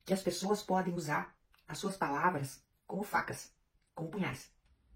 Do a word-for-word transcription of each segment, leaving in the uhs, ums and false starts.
que as pessoas podem usar as suas palavras como facas, como punhais.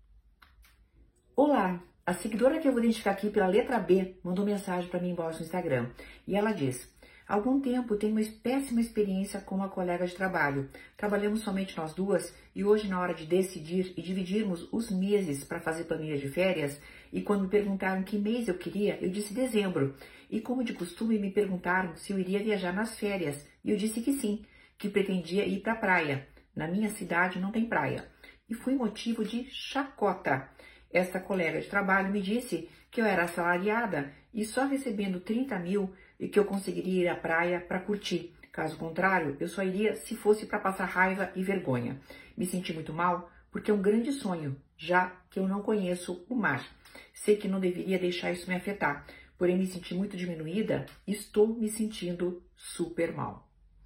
Olá, a seguidora que eu vou identificar aqui pela letra B mandou mensagem para mim embaixo no Instagram. E ela diz: há algum tempo tenho uma péssima experiência com uma colega de trabalho. Trabalhamos somente nós duas e hoje, na hora de decidir e dividirmos os meses para fazer planilha de férias, e quando me perguntaram que mês eu queria, eu disse dezembro. E como de costume, me perguntaram se eu iria viajar nas férias. E eu disse que sim, que pretendia ir para a praia. Na minha cidade não tem praia. E foi motivo de chacota. Esta colega de trabalho me disse que eu era assalariada e só recebendo trinta mil e que eu conseguiria ir à praia para curtir. Caso contrário, eu só iria se fosse para passar raiva e vergonha. Me senti muito mal porque é um grande sonho, já que eu não conheço o mar. Sei que não deveria deixar isso me afetar, porém me senti muito diminuída e estou me sentindo super mal.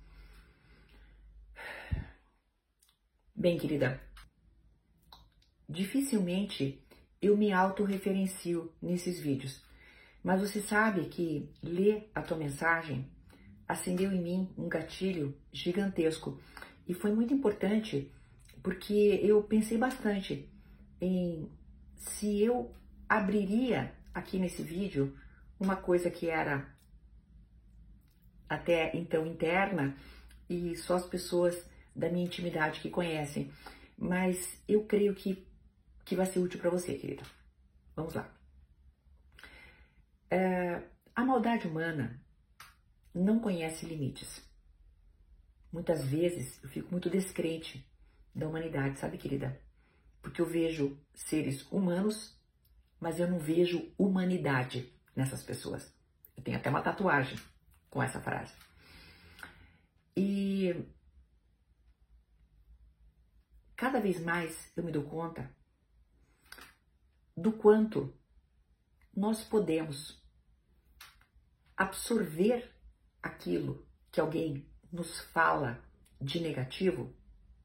Bem, querida, dificilmente eu me autorreferencio nesses vídeos, mas você sabe que ler a tua mensagem acendeu em mim um gatilho gigantesco e foi muito importante porque eu pensei bastante em se eu abriria aqui nesse vídeo uma coisa que era até então interna e só as pessoas da minha intimidade que conhecem, mas eu creio que, que vai ser útil para você, querida. Vamos lá. É, a maldade humana não conhece limites. Muitas vezes eu fico muito descrente da humanidade, sabe, querida? Porque eu vejo seres humanos, mas eu não vejo humanidade nessas pessoas. Eu tenho até uma tatuagem com essa frase. E cada vez mais eu me dou conta do quanto nós podemos absorver aquilo que alguém nos fala de negativo,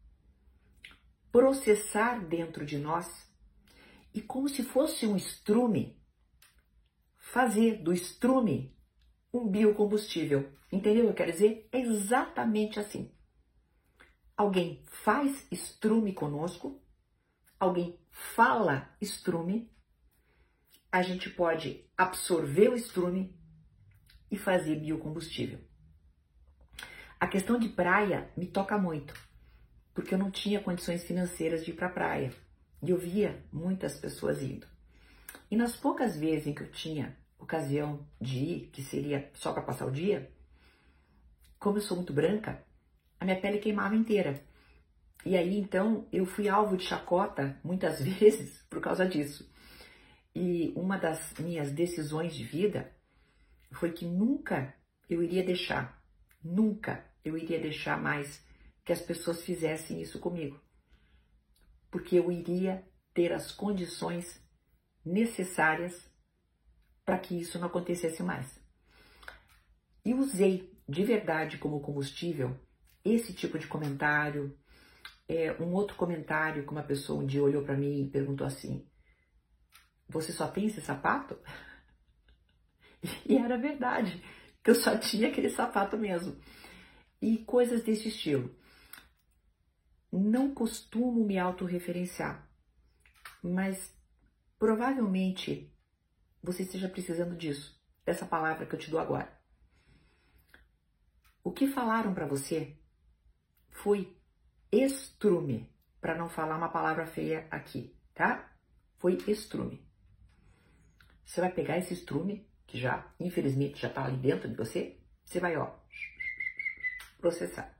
processar dentro de nós e, como se fosse um estrume, fazer do estrume um biocombustível. Entendeu o que eu quero dizer? É exatamente assim. Alguém faz estrume conosco, alguém fala estrume, a gente pode absorver o estrume e fazer biocombustível. A questão de praia me toca muito, porque eu não tinha condições financeiras de ir para a praia. E eu via muitas pessoas indo. E nas poucas vezes em que eu tinha ocasião de ir, que seria só para passar o dia, como eu sou muito branca, a minha pele queimava inteira. E aí, então, eu fui alvo de chacota muitas vezes por causa disso. E uma das minhas decisões de vida foi que nunca eu iria deixar, nunca eu iria deixar mais que as pessoas fizessem isso comigo. Porque eu iria ter as condições necessárias para que isso não acontecesse mais. E usei de verdade como combustível esse tipo de comentário. É, um outro comentário que uma pessoa um dia olhou para mim e perguntou assim: você só tem esse sapato? E era verdade, que eu só tinha aquele sapato mesmo. E coisas desse estilo. Não costumo me autorreferenciar, mas provavelmente você esteja precisando disso, dessa palavra que eu te dou agora. O que falaram para você foi estrume, para não falar uma palavra feia aqui, tá? Foi estrume. Você vai pegar esse estrume, que já, infelizmente, já tá ali dentro de você, você vai, ó, processar.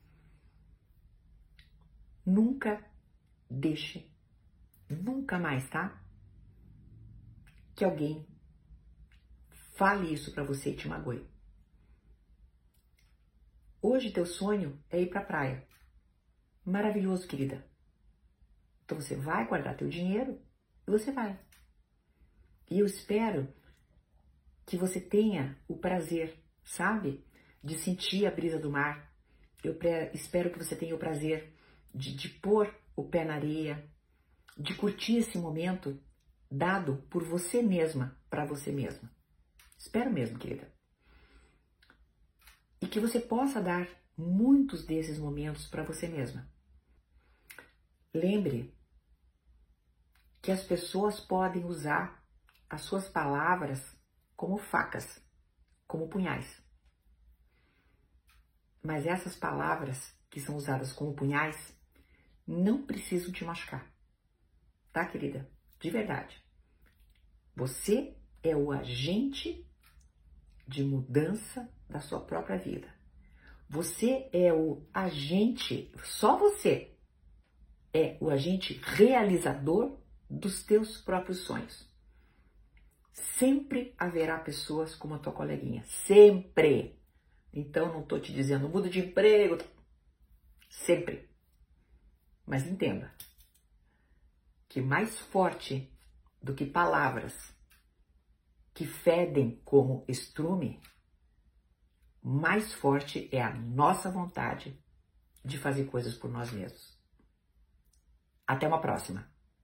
Nunca deixe, nunca mais, tá? Que alguém fale isso pra você e te magoe. Hoje teu sonho é ir pra praia. Maravilhoso, querida. Então você vai guardar teu dinheiro e você vai. E eu espero que você tenha o prazer, sabe? De sentir a brisa do mar. Eu espero que você tenha o prazer de, de pôr o pé na areia, de curtir esse momento dado por você mesma, para você mesma. Espero mesmo, querida. E que você possa dar muitos desses momentos para você mesma. Lembre que as pessoas podem usar as suas palavras como facas, como punhais. Mas essas palavras que são usadas como punhais não precisam te machucar. Tá, querida? De verdade. Você é o agente de mudança da sua própria vida. Você é o agente, só você é o agente realizador dos teus próprios sonhos. Sempre haverá pessoas como a tua coleguinha. Sempre. Então, não estou te dizendo muda de emprego. Sempre. Mas entenda que mais forte do que palavras que fedem como estrume, mais forte é a nossa vontade de fazer coisas por nós mesmos. Até uma próxima!